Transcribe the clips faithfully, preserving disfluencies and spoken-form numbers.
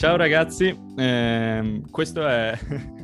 Ciao ragazzi, ehm, questo è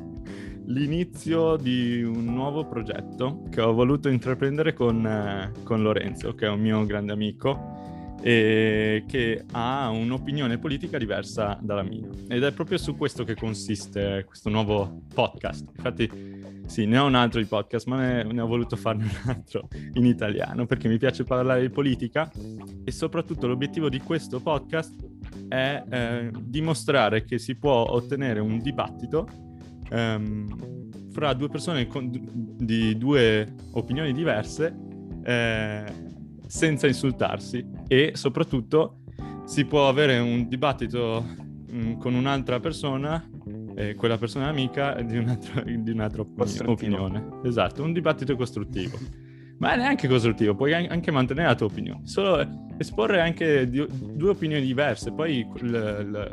l'inizio di un nuovo progetto che ho voluto intraprendere con, eh, con Lorenzo, che è un mio grande amico e che ha un'opinione politica diversa dalla mia. Ed è proprio su questo che consiste questo nuovo podcast. Infatti sì, ne ho un altro di podcast, ma ne, ne ho voluto farne un altro in italiano perché mi piace parlare di politica e soprattutto l'obiettivo di questo podcast è eh, dimostrare che si può ottenere un dibattito ehm, fra due persone con, di due opinioni diverse eh, senza insultarsi, e soprattutto si può avere un dibattito mh, con un'altra persona, eh, quella persona amica di un'altra, di un'altra opinione. Esatto, un dibattito costruttivo. Ma neanche costruttivo, puoi anche mantenere la tua opinione, solo esporre anche di, due opinioni diverse, poi il,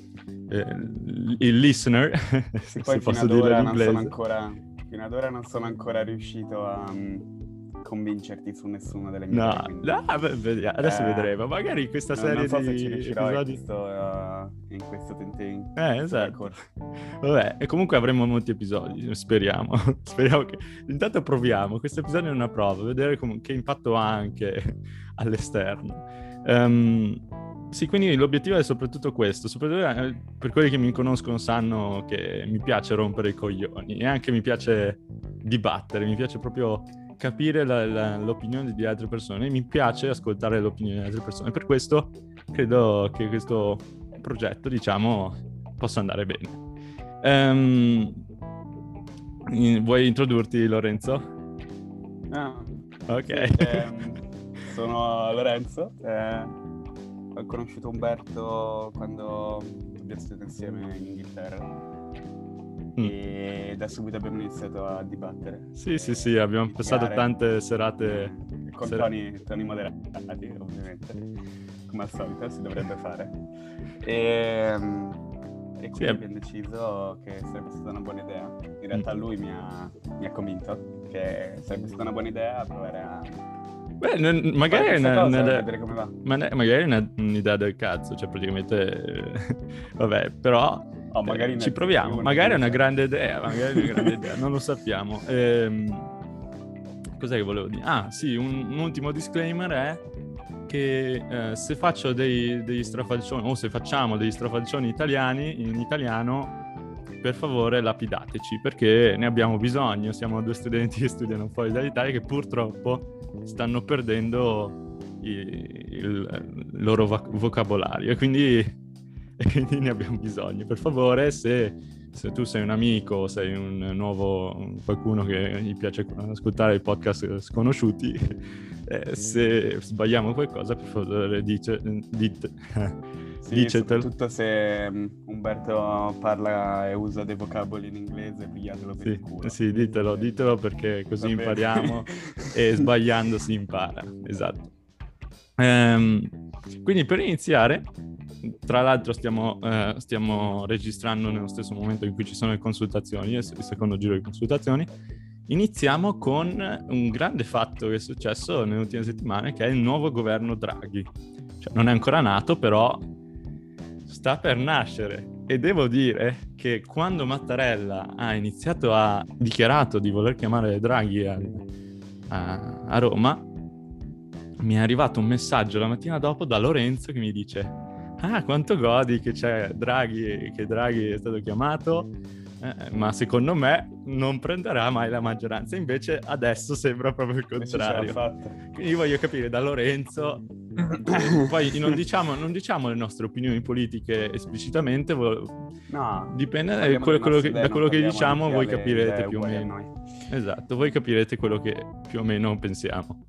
il, il listener, se poi posso fino ad dirlo ora in non inglese. sono ancora fino ad ora non sono ancora riuscito a um, convincerti su nessuna delle mie no, idee, quindi... no beh, adesso eh, vedremo, magari questa no, serie non so di se ci riuscirò episodi... in questo, uh, in questo tentativo. Eh, esatto. Vabbè, e comunque avremo molti episodi, speriamo. Speriamo che... Intanto proviamo, questo episodio è una prova, vedere com- che impatto ha anche all'esterno. Um, sì, quindi l'obiettivo è soprattutto questo, soprattutto eh, per quelli che mi conoscono sanno che mi piace rompere i coglioni e anche mi piace dibattere, mi piace proprio capire la, la, l'opinione di altre persone, mi piace ascoltare l'opinione di altre persone, per questo credo che questo progetto, diciamo, possa andare bene. Um, vuoi introdurti, Lorenzo? Ah, ok. Sì, ehm, sono Lorenzo, eh, ho conosciuto Umberto quando abbiamo studiato insieme in Inghilterra mm. e da subito abbiamo iniziato a dibattere. Sì, sì, sì, abbiamo passato tante serate con ser- toni, toni moderati, ovviamente, come al solito si dovrebbe fare. E, e quindi sì, abbiamo deciso che sarebbe stata una buona idea. In realtà lui mi ha, mi ha convinto che sarebbe stata una buona idea provare a... Beh, n- magari è una, cosa, una, vedere come va. Ma ne- magari è una, un'idea del cazzo, cioè praticamente... vabbè, però oh, magari eh, ci proviamo. Magari è una grande idea, magari è una grande idea, non lo sappiamo. Ehm, cos'è che volevo dire? Ah, sì, un, un ultimo disclaimer è che eh, se faccio dei, degli strafalcioni, o se facciamo degli strafalcioni italiani, in italiano, per favore lapidateci, perché ne abbiamo bisogno. Siamo due studenti che studiano fuori dall'Italia che purtroppo stanno perdendo il, il loro voc- vocabolario e quindi, e quindi ne abbiamo bisogno. Per favore, se, se tu sei un amico, sei un nuovo qualcuno che gli piace ascoltare i podcast sconosciuti, eh, se sbagliamo qualcosa, per favore dice, dite, sì, dicetelo. Soprattutto se Umberto parla e usa dei vocaboli in inglese, pigliatelo per sì, il culo. Sì, ditelo, ditelo perché così impariamo e sbagliando si impara. Esatto. Ehm, quindi per iniziare, tra l'altro stiamo, eh, stiamo registrando nello stesso momento in cui ci sono le consultazioni, il secondo giro di consultazioni. Iniziamo con un grande fatto che è successo nelle ultime settimane, che è il nuovo governo Draghi. Cioè, non è ancora nato, però sta per nascere. E devo dire che quando Mattarella ha iniziato a dichiarato di voler chiamare Draghi a, a, a Roma, mi è arrivato un messaggio la mattina dopo da Lorenzo che mi dice: ah, quanto godi che c'è Draghi, che Draghi è stato chiamato, eh, ma secondo me non prenderà mai la maggioranza. Invece adesso sembra proprio il contrario. Quindi voglio capire da Lorenzo, poi non diciamo, non diciamo le nostre opinioni politiche esplicitamente, no, dipende da quello, quello che, idee, da quello che diciamo, voi le, capirete le più o meno. Esatto, voi capirete quello che più o meno pensiamo.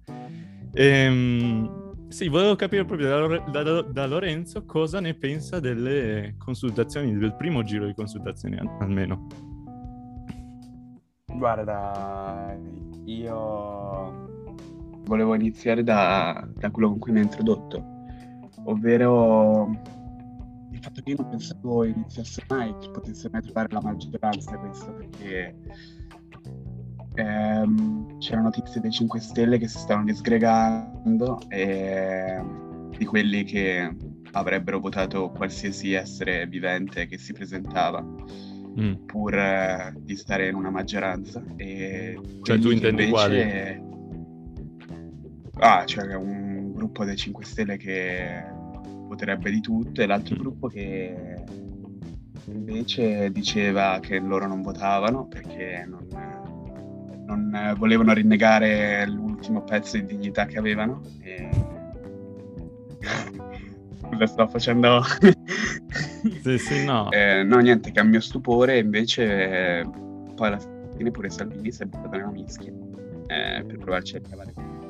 Ehm, sì, volevo capire proprio da, da, da Lorenzo cosa ne pensa delle consultazioni, del primo giro di consultazioni almeno. Guarda, io volevo iniziare da, da quello con cui mi ha introdotto, ovvero il fatto che io non pensavo iniziasse mai, che potesse mai trovare la maggioranza questo, perché ehm, c'erano notizie dei cinque Stelle che si stavano disgregando e di quelli che avrebbero votato qualsiasi essere vivente che si presentava, Mm. pur eh, di stare in una maggioranza. E Cioè, tu quelli che intendi quali? invece... Ah, cioè un gruppo dei cinque Stelle che voterebbe di tutto e l'altro Mm. gruppo che invece diceva che loro non votavano perché non, non volevano rinnegare l'ultimo pezzo di dignità che avevano. E... Scusa, sto facendo... Sì, sì, no. Eh, no, niente, che a mio stupore invece eh, poi alla fine pure Salvini si è buttato nella mischia eh, per provarci a cavare.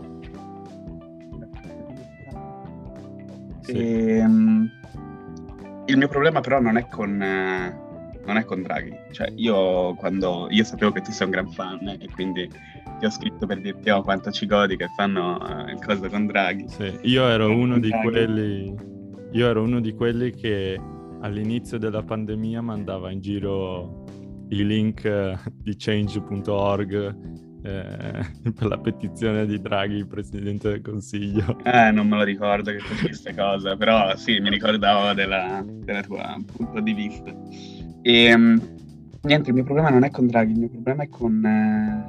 Sì. E, um, il mio problema però non è con eh, non è con Draghi, cioè io quando io sapevo che tu sei un gran fan e quindi ti ho scritto per dirti oh quanto ci godi che fanno il coso con Draghi. Sì, io ero Con uno di Draghi. quelli io ero uno di quelli che all'inizio della pandemia mandava in giro i link eh, di change punto org eh, per la petizione di Draghi, Presidente del Consiglio. Eh, non me lo ricordo che facevi questa cosa, però sì, mi ricordavo della, della tua punto di vista. E um, niente, il mio problema non è con Draghi, il mio problema è con, eh,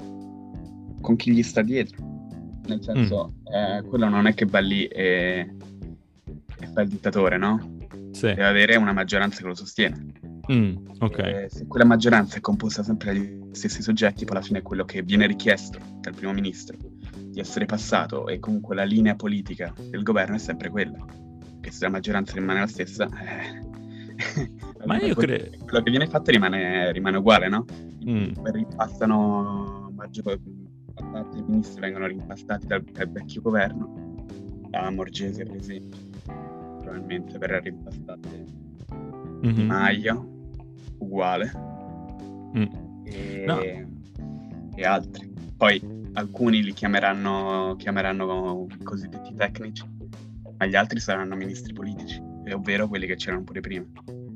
con chi gli sta dietro. Nel senso, mm. eh, quello non è che va lì e, e fa il dittatore, no? Sì. Deve avere una maggioranza che lo sostiene. Mm, ok. E se quella maggioranza è composta sempre dagli stessi soggetti, poi alla fine quello che viene richiesto dal primo ministro di essere passato e comunque la linea politica del governo è sempre quella. Che se la maggioranza rimane la stessa, eh, ma io credo quello che viene fatto rimane, rimane uguale, no? Mm. Ripassano maggior parte dei ministri vengono rimpassati dal, dal vecchio governo, da Morgese per esempio, probabilmente verrà rimpassato mm-hmm. Di Maio, uguale, mm. e, no. e altri. Poi alcuni li chiameranno, chiameranno cosiddetti tecnici, ma gli altri saranno ministri politici, ovvero quelli che c'erano pure prima.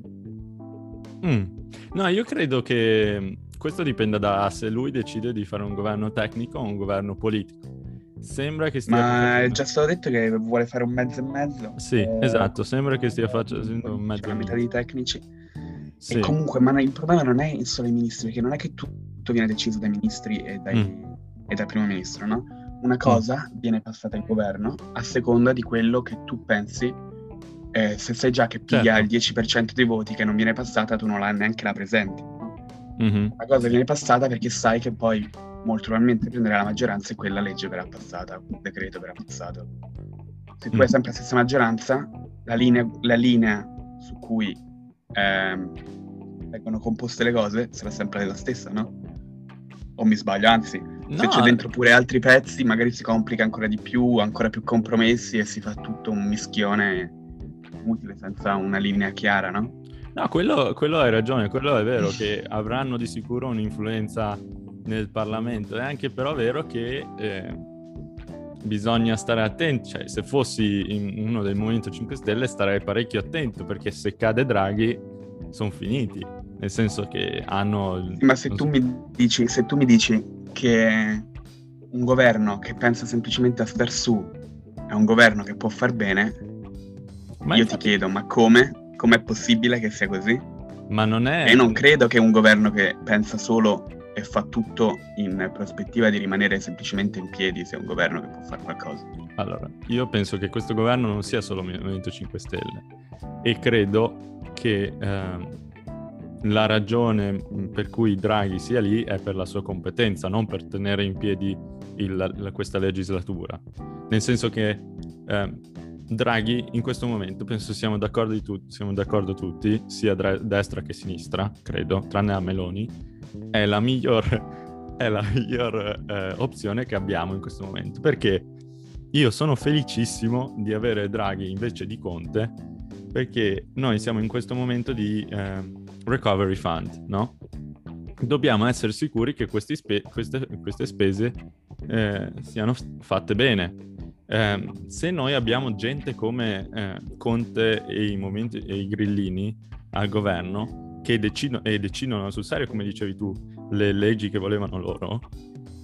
Mm. No, io credo che questo dipenda da se lui decide di fare un governo tecnico o un governo politico. Sembra che stia Ma facendo... è già stato detto che vuole fare un mezzo e mezzo. Sì, eh, esatto, sembra che stia facendo un mezzo e mezzo. Metà dei tecnici. Sì. E comunque, ma il problema non è solo i ministri, perché non è che tutto viene deciso dai ministri e, dai, mm. e dal primo ministro, no? Una cosa mm. viene passata al governo a seconda di quello che tu pensi. Eh, se sai già che piglia certo. il dieci per cento dei voti che non viene passata, tu non la neanche la presenti, no? Mm-hmm. La cosa sì. viene passata perché sai che poi molto probabilmente prenderà la maggioranza e quella legge verrà passata, un decreto verrà passato. Se tu mm. hai sempre la stessa maggioranza, la linea, la linea su cui ehm, vengono composte le cose sarà sempre la stessa, no? O mi sbaglio? Anzi, no. Se c'è dentro pure altri pezzi, magari si complica ancora di più, ancora più compromessi e si fa tutto un mischione utile senza una linea chiara, no? No, quello, quello hai ragione, quello è vero che avranno di sicuro un'influenza nel Parlamento, è anche però vero che eh, bisogna stare attenti, cioè se fossi in uno del Movimento cinque Stelle starei parecchio attento perché se cade Draghi sono finiti, nel senso che hanno... Ma se tu, so... mi dici, se tu mi dici che un governo che pensa semplicemente a star su è un governo che può far bene, ma io infatti... ti chiedo, ma come? Com'è possibile che sia così? Ma non è... E non credo che un governo che pensa solo e fa tutto in prospettiva di rimanere semplicemente in piedi sia un governo che può fare qualcosa. Allora, io penso che questo governo non sia solo Movimento cinque Stelle e credo che eh, la ragione per cui Draghi sia lì è per la sua competenza, non per tenere in piedi il, la, questa legislatura. Nel senso che eh, Draghi in questo momento, penso siamo d'accordo, di tu- siamo d'accordo tutti, sia dra- destra che sinistra, credo, tranne a Meloni, è la miglior, è la miglior eh, opzione che abbiamo in questo momento, perché io sono felicissimo di avere Draghi invece di Conte, perché noi siamo in questo momento di eh, recovery fund, no? Dobbiamo essere sicuri che questi spe- queste, queste spese eh, siano fatte bene. Eh, se noi abbiamo gente come eh, Conte e i, movimenti, e i grillini al governo che decidono, e decidono sul serio, come dicevi tu, le leggi che volevano loro,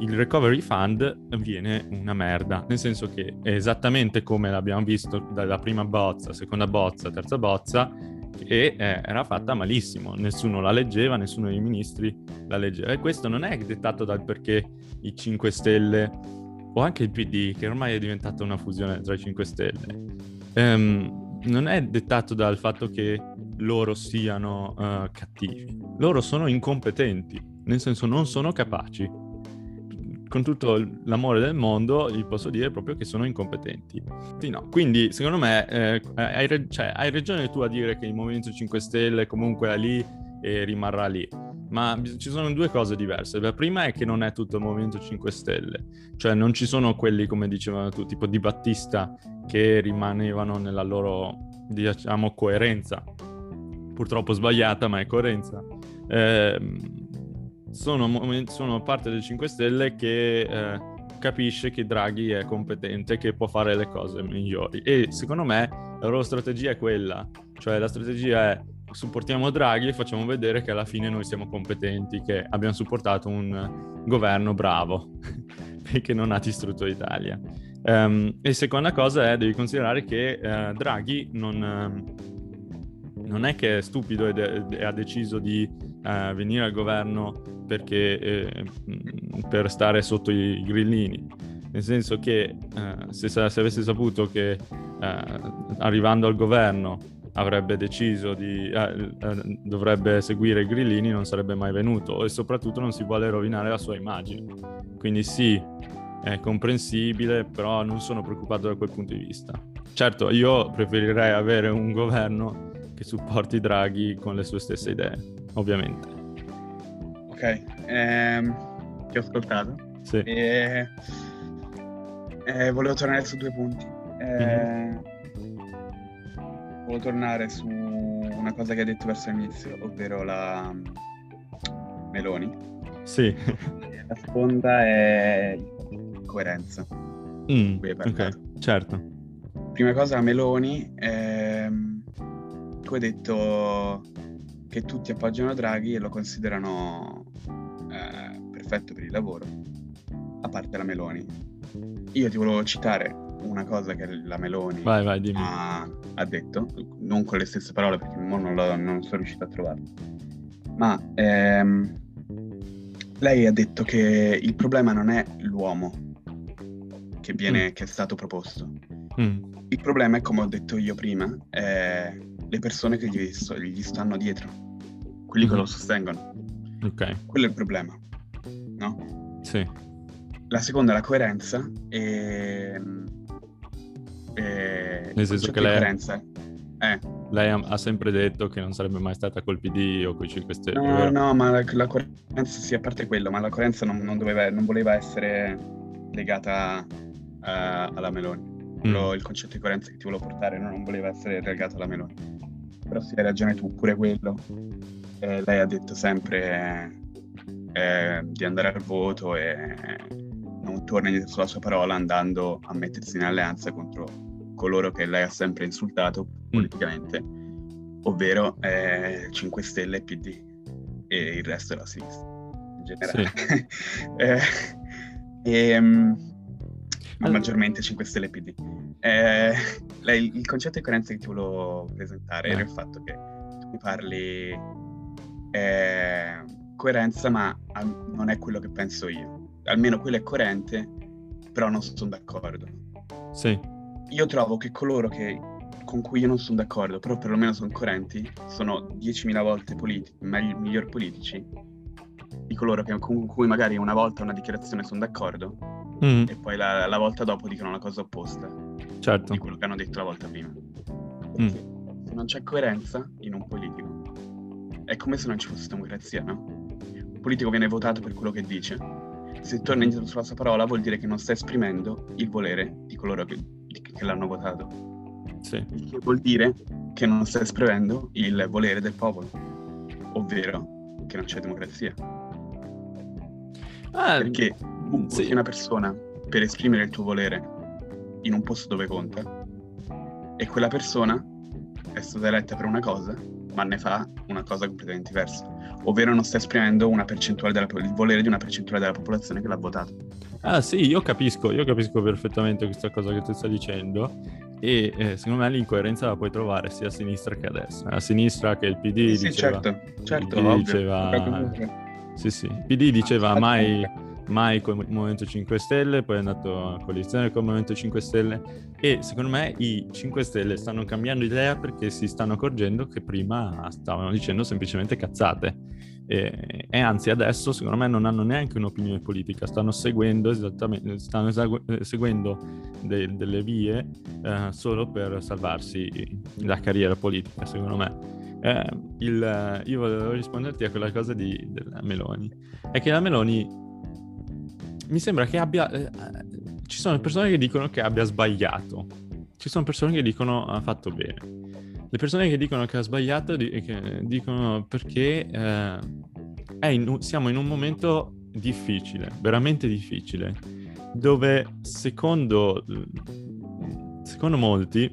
il recovery fund viene una merda, nel senso che è esattamente come l'abbiamo visto dalla prima bozza, seconda bozza, terza bozza, che eh, era fatta malissimo, nessuno la leggeva, nessuno dei ministri la leggeva, e questo non è dettato dal perché i cinque Stelle o anche il P D, che ormai è diventata una fusione tra i cinque Stelle, ehm, non è dettato dal fatto che loro siano uh, cattivi, loro sono incompetenti, nel senso non sono capaci. Con tutto l'amore del mondo gli posso dire proprio che sono incompetenti. Sì, no. Quindi secondo me eh, hai, re- cioè, hai ragione tu a dire che il Movimento cinque Stelle comunque è lì e rimarrà lì, ma ci sono due cose diverse. La prima è che non è tutto il Movimento cinque Stelle, cioè non ci sono quelli, come dicevano tu, tipo Di Battista, che rimanevano nella loro, diciamo, coerenza, purtroppo sbagliata, ma è coerenza. Eh, sono, sono parte dei cinque Stelle che eh, capisce che Draghi è competente, che può fare le cose migliori, e secondo me la loro strategia è quella, cioè la strategia è: supportiamo Draghi e facciamo vedere che alla fine noi siamo competenti, che abbiamo supportato un governo bravo che non ha distrutto l'Italia. Um, e seconda cosa è, devi considerare che uh, Draghi non, um, non è che è stupido ed è, e ha deciso di uh, venire al governo perché eh, per stare sotto i grillini, nel senso che uh, se, se avesse saputo che uh, arrivando al governo avrebbe deciso di uh, uh, dovrebbe seguire i grillini, non sarebbe mai venuto, e soprattutto non si vuole rovinare la sua immagine. Quindi sì, è comprensibile, però non sono preoccupato da quel punto di vista. Certo, io preferirei avere un governo che supporti Draghi con le sue stesse idee, ovviamente. Ok, ehm, ti ho ascoltato. Sì. E, eh, volevo tornare su due punti. Eh, mm-hmm. Volevo tornare su una cosa che hai detto verso l'inizio, ovvero la Meloni. Sì. La seconda è coerenza. Mm, ok, certo. Prima cosa, la Meloni, ehm, tu hai detto che tutti appoggiano Draghi e lo considerano eh, perfetto per il lavoro, a parte la Meloni. Io ti volevo citare una cosa che la Meloni vai, vai, dimmi. Ha, ha detto, non con le stesse parole perché non, lo, non sono riuscito a trovarlo, ma ehm, lei ha detto che il problema non è l'uomo che viene, mm. che è stato proposto. Mm. Il problema è, come ho detto io prima, è le persone che gli, gli stanno dietro, quelli mm-hmm. che lo sostengono. Ok. Quello è il problema, no? Sì. La seconda è la coerenza e, e nel senso che lei, coerenza. Eh. lei ha sempre detto che non sarebbe mai stata col P D o coi cinque Stelle. No, vero? no, ma la, la coerenza, sì, a parte quello, ma la coerenza non, non, doveva, non voleva essere legata uh, alla Meloni. Quello, mm. Il concetto di coerenza che ti volevo portare no, non voleva essere legato alla Meloni. Però sì, hai ragione tu, pure quello. Eh, lei ha detto sempre eh, di andare al voto e non torna indietro sulla sua parola, andando a mettersi in alleanza contro coloro che lei ha sempre insultato mm. politicamente, ovvero eh, cinque Stelle e P D e il resto è la sinistra in generale. Sì. eh, e, um, ma allora, maggiormente cinque Stelle e P D. Eh, lei, il concetto di coerenza che ti volevo presentare eh. era il fatto che tu mi parli eh, coerenza, ma al, non è quello che penso io. Almeno quello è coerente, però non sono d'accordo. Sì. Io trovo che coloro che con cui io non sono d'accordo, però perlomeno sono coerenti, sono diecimila volte politi- meglio, miglior politici di coloro che, con cui magari una volta una dichiarazione sono d'accordo mm. e poi la, la volta dopo dicono la cosa opposta, certo, di quello che hanno detto la volta prima. Perché mm. se non c'è coerenza in un politico è come se non ci fosse democrazia, no? Un politico viene votato per quello che dice. Se torna indietro sulla sua parola vuol dire che non sta esprimendo il volere di coloro che, che l'hanno votato. Sì. Il che vuol dire che non sta esprimendo il volere del popolo, ovvero che non c'è democrazia. Ah, perché tu sì. una persona per esprimere il tuo volere in un posto dove conta e quella persona è stata eletta per una cosa ma ne fa una cosa completamente diversa, ovvero non sta esprimendo una percentuale della, il volere di una percentuale della popolazione che l'ha votato. Ah sì, io capisco, io capisco perfettamente questa cosa che tu stai dicendo e eh, secondo me l'incoerenza la puoi trovare sia a sinistra che a destra. A sinistra che il P D Sì, diceva... certo, certo, il P D ovvio. diceva... Sì, sì, il P D diceva Ah, mai, mai con il Movimento cinque Stelle, poi è andato a coalizione con il Movimento cinque Stelle e secondo me i cinque Stelle stanno cambiando idea perché si stanno accorgendo che prima stavano dicendo semplicemente cazzate. E, e anzi adesso secondo me non hanno neanche un'opinione politica, stanno seguendo esattamente stanno esagu- seguendo de- delle vie eh, solo per salvarsi la carriera politica, secondo me. Eh, il, io volevo risponderti a quella cosa di, della Meloni, è che la Meloni mi sembra che abbia eh, ci sono persone che dicono che abbia sbagliato, ci sono persone che dicono ha fatto bene. Le persone che dicono che ha sbagliato di- che dicono perché eh, è in, siamo in un momento difficile, veramente difficile, dove secondo, secondo molti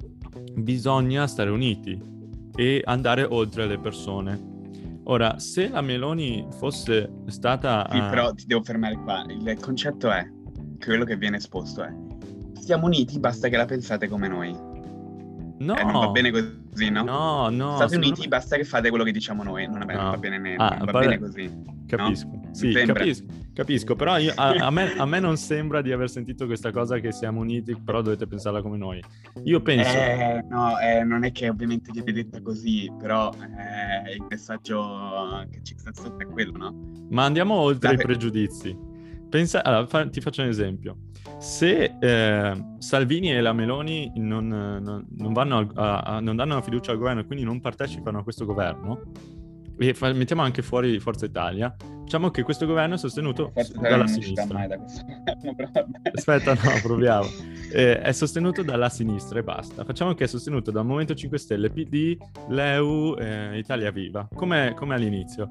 bisogna stare uniti e andare oltre le persone. Ora, se la Meloni fosse stata... Sì, uh... però ti devo fermare qua. Il concetto è, quello che viene esposto è, stiamo uniti, basta che la pensate come noi. No, eh, non va bene così, no? No, no. State uniti, me... basta che fate quello che diciamo noi. Non, è, no. non va bene, ne, ah, non va pare... bene così. Capisco, no? sì, capisco, capisco, però io, a, a, me, a me non sembra di aver sentito questa cosa che siamo uniti, però dovete pensarla come noi. Io penso... Eh, no, eh, non è che ovviamente viene detta così, però eh, il messaggio che ci sta sotto è quello, no? Ma andiamo oltre La... i pregiudizi. Pensa, allora, fa, ti faccio un esempio. Se eh, Salvini e la Meloni non, non, non, vanno a, a, non danno la fiducia al governo e quindi non partecipano a questo governo, e fa, mettiamo anche fuori Forza Italia, diciamo che questo governo è sostenuto Forza dalla non sinistra. Mai da questo governo, però Aspetta, no, proviamo. Eh, è sostenuto dalla sinistra e basta. Facciamo che è sostenuto dal Movimento cinque Stelle, P D, l'E U, eh, Italia Viva, come, come all'inizio.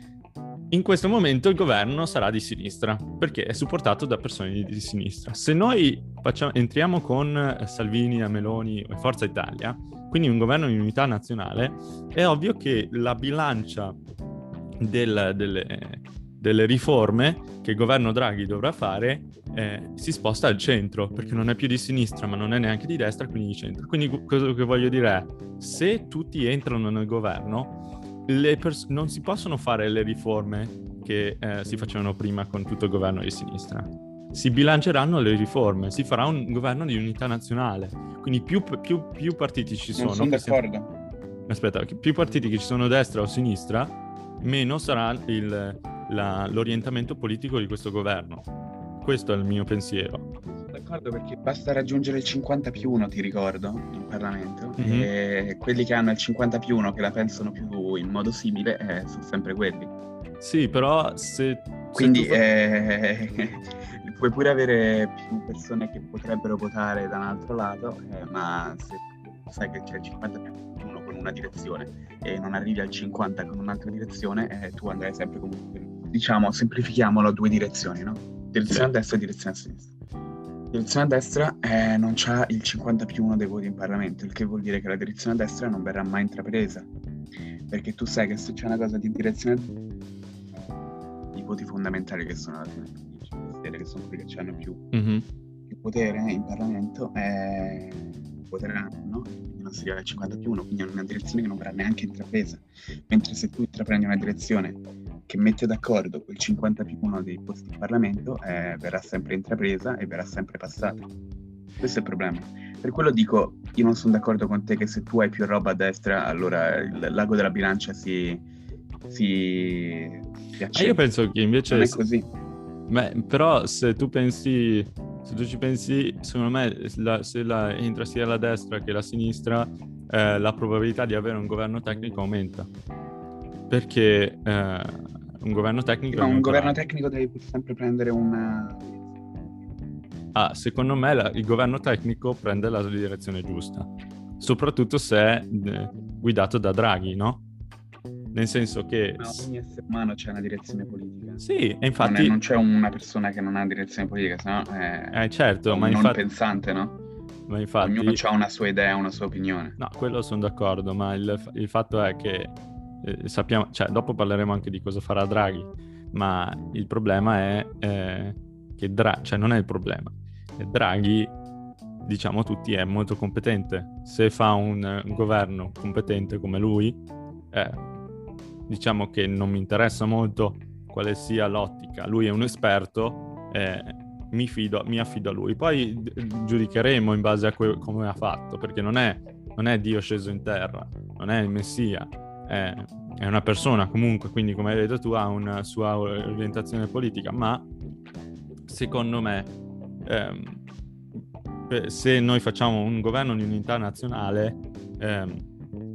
In questo momento il governo sarà di sinistra, perché è supportato da persone di, di sinistra. Se noi facciamo, entriamo con Salvini, la Meloni e Forza Italia, quindi un governo di unità nazionale, è ovvio che la bilancia del, delle, delle riforme che il governo Draghi dovrà fare eh, si sposta al centro, perché non è più di sinistra, ma non è neanche di destra, quindi di centro. Quindi quello che voglio dire è, se tutti entrano nel governo, le pers- non si possono fare le riforme che eh, si facevano prima con tutto il governo di sinistra. Si bilanceranno le riforme, si farà un governo di unità nazionale. Quindi più, più, più partiti ci sono... Non sono d'accordo. Siano... Aspetta, più partiti che ci sono destra o sinistra, meno sarà il, la, l'orientamento politico di questo governo. Questo è il mio pensiero. D'accordo, perché basta raggiungere il cinquanta più uno, ti ricordo, in Parlamento, mm-hmm. e quelli che hanno il cinquanta più uno, che la pensano più in modo simile, eh, sono sempre quelli. Sì, però se... Quindi se tu... eh, puoi pure avere più persone che potrebbero votare da un altro lato, eh, ma se sai che c'è il cinquanta più uno con una direzione e non arrivi al cinquanta con un'altra direzione, eh, tu andrai sempre comunque, diciamo, semplifichiamolo a due direzioni, no? Direzione sì. a destra e direzione a sinistra. Direzione a destra eh, non c'ha il cinquanta più uno dei voti in Parlamento, il che vuol dire che la direzione a destra non verrà mai intrapresa, perché tu sai che se c'è una cosa di direzione, i voti fondamentali che sono alla fine, che sono quelli che hanno più, mm-hmm. più potere in Parlamento, eh, voteranno, no? Quindi non si arriva al cinquanta più uno, quindi è una direzione che non verrà neanche intrapresa, mentre se tu intraprendi una direzione che mette d'accordo quel cinquanta più uno dei posti in Parlamento, eh, verrà sempre intrapresa e verrà sempre passata. Questo è il problema. Per quello dico, io non sono d'accordo con te che se tu hai più roba a destra, allora il lago della bilancia si, si, si accende. Ah, io penso che invece... Non è così. Beh, però se tu pensi, se tu ci pensi, secondo me la, se la, entra sia la destra che la sinistra, eh, la probabilità di avere un governo tecnico aumenta. Perché eh, un governo tecnico... Ma un governo tecnico devi sempre prendere una... Ah, secondo me la, il governo tecnico prende la direzione giusta, soprattutto se è eh, guidato da Draghi, no? Nel senso che... Ma ogni essere umano c'è una direzione politica. Sì, e infatti... Non, è, non c'è una persona che non ha una direzione politica, sennò è eh, certo, un ma non infatti... pensante, no? ma infatti... Ognuno ha una sua idea, una sua opinione. No, quello sono d'accordo, ma il, il fatto è che eh, sappiamo, cioè dopo parleremo anche di cosa farà Draghi, ma il problema è eh, che Draghi, cioè non è il problema, Draghi, diciamo tutti, è molto competente. Se fa un, un governo competente come lui, eh, diciamo che non mi interessa molto quale sia l'ottica. Lui è un esperto, eh, mi fido, mi affido a lui. Poi d- giudicheremo in base a que- come ha fatto, perché non è, non è Dio sceso in terra, non è il Messia, è, è una persona comunque, quindi come hai detto tu ha una sua orientazione politica, ma secondo me ehm, se noi facciamo un governo di unità nazionale ehm,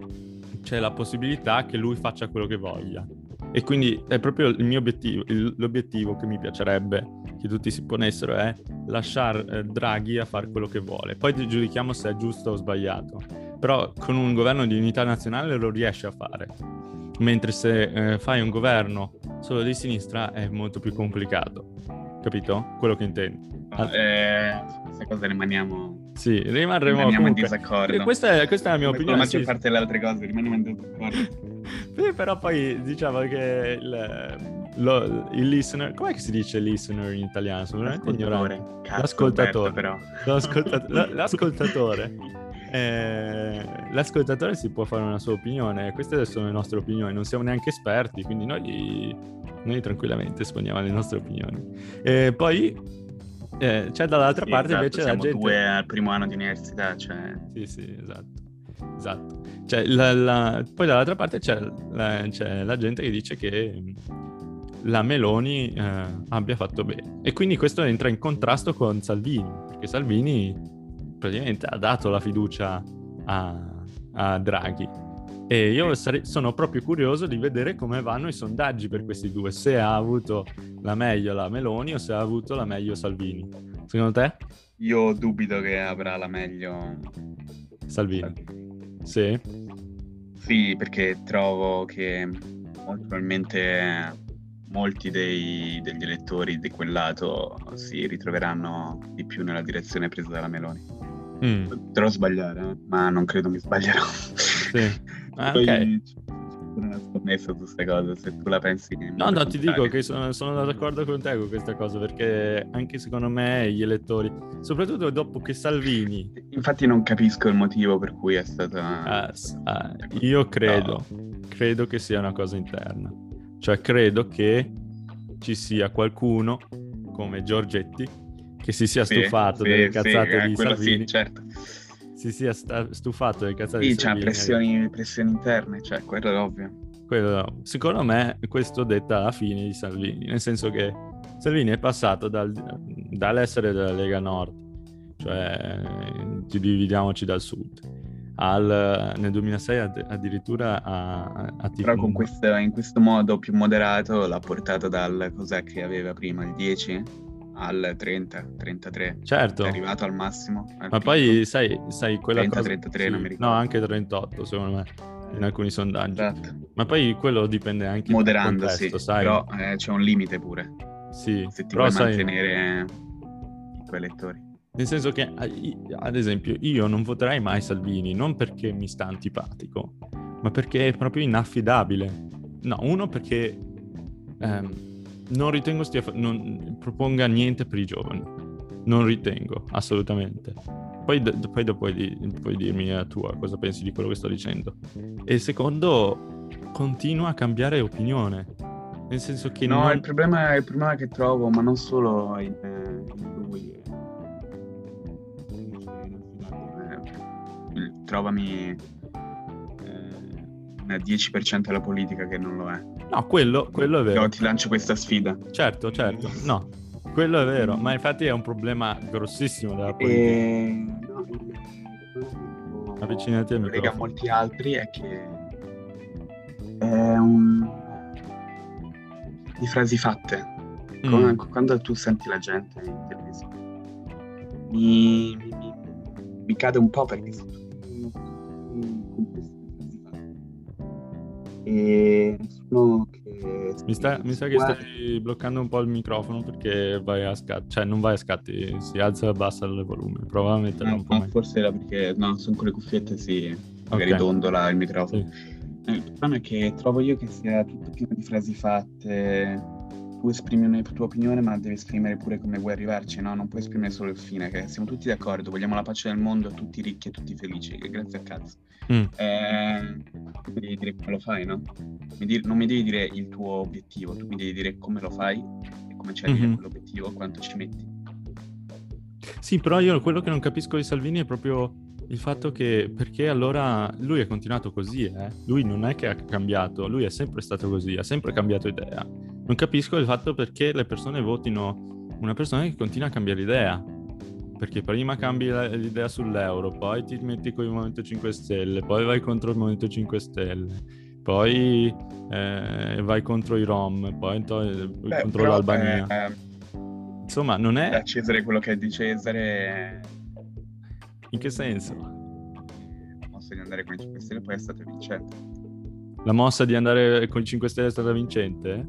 c'è la possibilità che lui faccia quello che voglia, e quindi è proprio il mio obiettivo, il, l'obiettivo che mi piacerebbe che tutti si ponessero è lasciare eh, Draghi a fare quello che vuole, poi giudichiamo se è giusto o sbagliato, però con un governo di unità nazionale lo riesce a fare, mentre se eh, fai un governo solo di sinistra è molto più complicato, capito? Quello che intendo. No, eh, su questa cosa rimaniamo, Sì, rimarremo rimaniamo in comunque... disaccordo. Questa è, questa è la mia Come con opinione. la maggior Sì. parte delle altre cose rimaniamo in disaccordo. Sì, però poi diciamo che il, lo, il listener, com'è che si dice listener in italiano? Sono veramente ignorante. Cazzo, L'ascoltatore. Alberto, però. L'ascolta- l'ascoltatore. Eh, l'ascoltatore si può fare una sua opinione. Queste sono le nostre opinioni. Non siamo neanche esperti, quindi noi, noi tranquillamente esponiamo le nostre opinioni. E poi eh, c'è dall'altra Sì, parte esatto, invece la siamo gente. due al primo anno di università, cioè. Sì, sì, esatto. Esatto. Cioè, la, la... Poi dall'altra parte c'è la, c'è la gente che dice che la Meloni eh, abbia fatto bene. E quindi questo entra in contrasto con Salvini, perché Salvini praticamente ha dato la fiducia a, a Draghi. E io sare... sono proprio curioso di vedere come vanno i sondaggi per questi due, se ha avuto la meglio la Meloni o se ha avuto la meglio Salvini. Secondo te? Io dubito che avrà la meglio Salvini. Salvini. Sì. Sì, perché trovo che molto probabilmente molti dei, degli elettori di quel lato si ritroveranno di più nella direzione presa dalla Meloni. Mm. Potrò sbagliare, eh, ma non credo mi sbaglierò. Sì. Ah, Poi ok. c'è una scommessa su queste cose, se tu la pensi in No, modo no, ti dico contrario. che sono, sono d'accordo con te con questa cosa, perché anche secondo me gli elettori, soprattutto dopo che Salvini... Infatti non capisco il motivo per cui è stata... Uh, uh, io credo, credo che sia una cosa interna. Cioè credo che ci sia qualcuno, come Giorgetti, che si sia Sì, stufato sì, delle sì, cazzate eh, di quello Salvini. sì, certo. Si sia sta- stufato delle cazzate Sì, di c'ha Salvini. pressioni, pressioni interne, cioè, quello è ovvio. Quello, secondo me questo detta la fine di Salvini, nel senso che Salvini è passato dal, dall'essere della Lega Nord, cioè dividiamoci dal sud, al, nel duemilasei ad, addirittura a, a, a Però con questo, in questo modo più moderato l'ha portato dal, cos'è che aveva prima, il dieci al trenta, trentatré. Certo. È arrivato al massimo. Al Ma picco. Poi sai, sai quella trenta, cosa... trentatré, sì, non mi ricordo. no, anche trentotto secondo me, in alcuni sondaggi. Esatto. Ma poi quello dipende anche Moderando, dal contesto, sì, sai? però eh, c'è un limite pure. Sì, se ti però vuoi sai... mantenere i tuoi elettori. Nel senso che, ad esempio, io non voterei mai Salvini, non perché mi sta antipatico, ma perché è proprio inaffidabile. No, uno perché ehm, non ritengo stia fa- non proponga niente per i giovani. Non ritengo, assolutamente. Poi, d- poi dopo puoi, puoi dirmi la tua, cosa pensi di quello che sto dicendo. E secondo, continua a cambiare opinione. Nel senso che no, non... il problema, il problema che trovo, ma non solo in, in lui, eh, trovami eh, un dieci per cento della politica che non lo è. No, quello, quello è vero. Io ti lancio questa sfida. Certo, certo, no, quello è vero, ma infatti è un problema grossissimo della politica. E... no, il... Avvicinati al lo lega a microfono. molti altri è che è un... di frasi fatte. Mm. Quando tu senti la gente in televisione mi, mi, mi cade un po' perché sono tutti complessi di frasi fatte e nessuno che che Mi, sta, mi sa che guarda- stai bloccando un po' il microfono perché vai a scatti, cioè non vai a scatti, si alza e abbassa il volume, prova a metterlo no, un po' no, meglio. forse era perché no, sono con le cuffiette, sì, Ok, magari dondola il microfono. sì. Eh, Il problema è che trovo io che sia tutto pieno di frasi fatte. Tu esprimi una tua opinione, ma devi esprimere pure come vuoi arrivarci, no? Non puoi esprimere solo il fine, che siamo tutti d'accordo, vogliamo la pace del mondo, tutti ricchi e tutti felici, che grazie a cazzo. Mm. Eh, tu mi devi dire come lo fai, no? Mi di- non mi devi dire il tuo obiettivo, tu mi devi dire come lo fai e come ci arrivi Mhm. a quell'obiettivo, quanto ci metti. Sì, però io quello che non capisco di Salvini è proprio il fatto che, perché allora lui è continuato così, eh? Lui non è che ha cambiato, lui è sempre stato così, ha sempre cambiato idea. Non capisco il fatto perché le persone votino una persona che continua a cambiare idea. Perché prima cambi la- l'idea sull'euro, poi ti metti con il Movimento cinque Stelle, poi vai contro il Movimento cinque Stelle, poi eh, vai contro i Rom, poi to- Beh, contro però l'Albania. eh, Insomma, non da è... Cesare quello che è di Cesare, In che senso? la mossa di andare con i cinque Stelle poi è stata vincente. La mossa di andare con i cinque Stelle è stata vincente?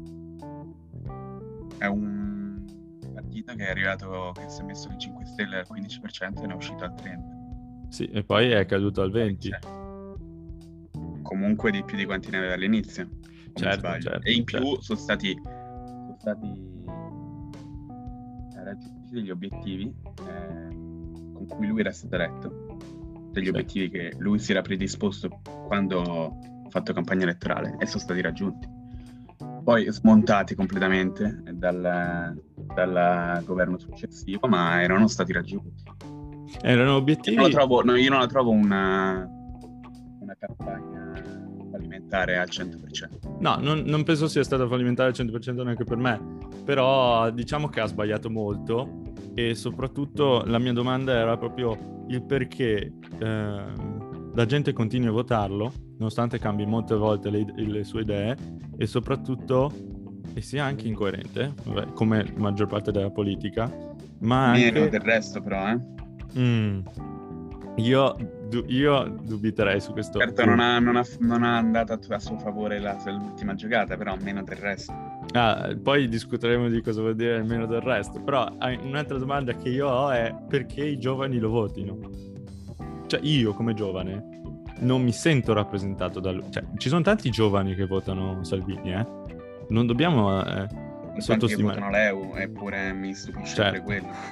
È un partito che è arrivato, che si è messo il cinque Stelle al quindici per cento e ne è uscito al trenta per cento. Sì, e poi è caduto al Poi venti. c'è comunque di più di quanti ne aveva all'inizio, o mi Certo, sbaglio. certo, E in più certo. sono stati, sono stati raggiunti degli obiettivi eh, con cui lui era stato eletto, degli Sì. obiettivi che lui si era predisposto quando ha fatto campagna elettorale e sono stati raggiunti. Poi smontati completamente dal, dal governo successivo, ma erano stati raggiunti. Erano Io non obiettivi... la trovo, no, io non la trovo una, una campagna fallimentare al cento per cento. No, non, non penso sia stata fallimentare al cento per cento neanche per me, però diciamo che ha sbagliato molto e soprattutto la mia domanda era proprio il perché ehm, la gente continui a votarlo, nonostante cambi molte volte le, le sue idee e soprattutto e sia anche incoerente, vabbè, come la maggior parte della politica, ma Meno anche... del resto, però, eh. Mm, io, du- io dubiterei su questo Certo, non punto. ha, non ha, non ha andato a, a suo favore la, l'ultima giocata, però meno del resto. Ah, poi discuteremo di cosa vuol dire meno del resto, però eh, un'altra domanda che io ho è perché i giovani lo votino? Cioè io come giovane non mi sento rappresentato da lui, cioè ci sono tanti giovani che votano Salvini, eh? Non dobbiamo eh, Tanti che sottostimare. votano l'E U, eppure mi stupisce Certo. pure quello.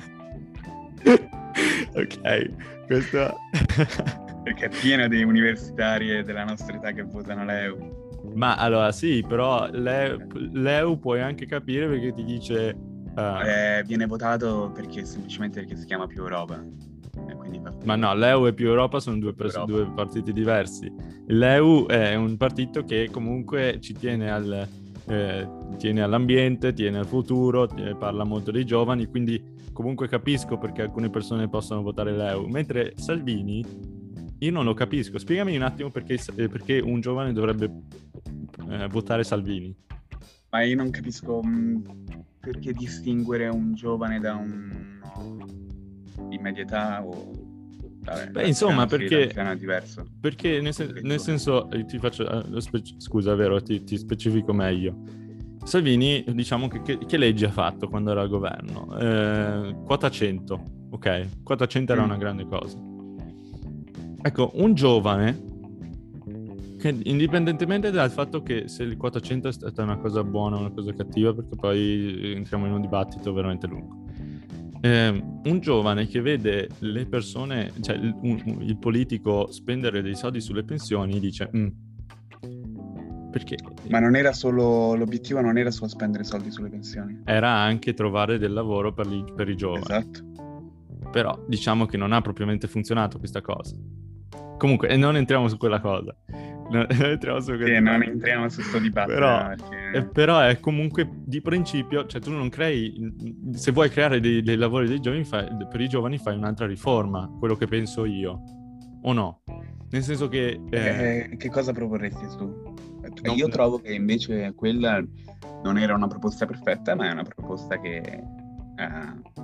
Ok, questo... Perché è pieno di universitari della nostra età che votano l'E U. Ma allora sì, però l'E- l'E U puoi anche capire perché ti dice... eh, Eh, viene votato perché semplicemente perché si chiama più Europa. E quindi fa Ma no, l'E U e più Europa sono due, Più pers- Europa. due partiti diversi. L'E U è un partito che comunque ci tiene, al, eh, tiene all'ambiente, tiene al futuro, tiene- parla molto dei giovani, quindi comunque capisco perché alcune persone possono votare l'E U. Mentre Salvini, io non lo capisco. Spiegami un attimo perché, eh, perché un giovane dovrebbe eh, votare Salvini. Ma io non capisco mh, perché distinguere un giovane da un di media età o vabbè, Beh, insomma, anziano, sì, perché, l'anziano è diverso. perché nel, sen- nel senso, eh, ti faccio, eh, spe- scusa, vero, ti, ti specifico meglio. Salvini, diciamo, che, che, che legge ha fatto quando era al governo? Eh, quota cento, ok? Quota cento era Mm. una grande cosa. Ecco, un giovane, che indipendentemente dal fatto che se il quota cento è stata una cosa buona o una cosa cattiva, perché poi entriamo in un dibattito veramente lungo. Eh, un giovane che vede le persone, cioè il, un- un- il politico spendere dei soldi sulle pensioni, dice "Mm, perché Ma non era solo l'obiettivo non era solo spendere soldi sulle pensioni. era anche trovare del lavoro per, li- per i giovani. Esatto. Però diciamo che non ha propriamente funzionato questa cosa. Comunque, e non entriamo su quella cosa. Non, non entriamo su quel Sì, non dibattito. entriamo su sto dibattito. Però, perché... eh, però è comunque di principio, cioè tu non crei, se vuoi creare dei, dei lavori dei giovani, fai, per i giovani fai un'altra riforma, quello che penso io, o no? Nel senso che... eh, Eh, che cosa proporresti tu? non- Io trovo che invece quella non era una proposta perfetta, ma è una proposta che eh,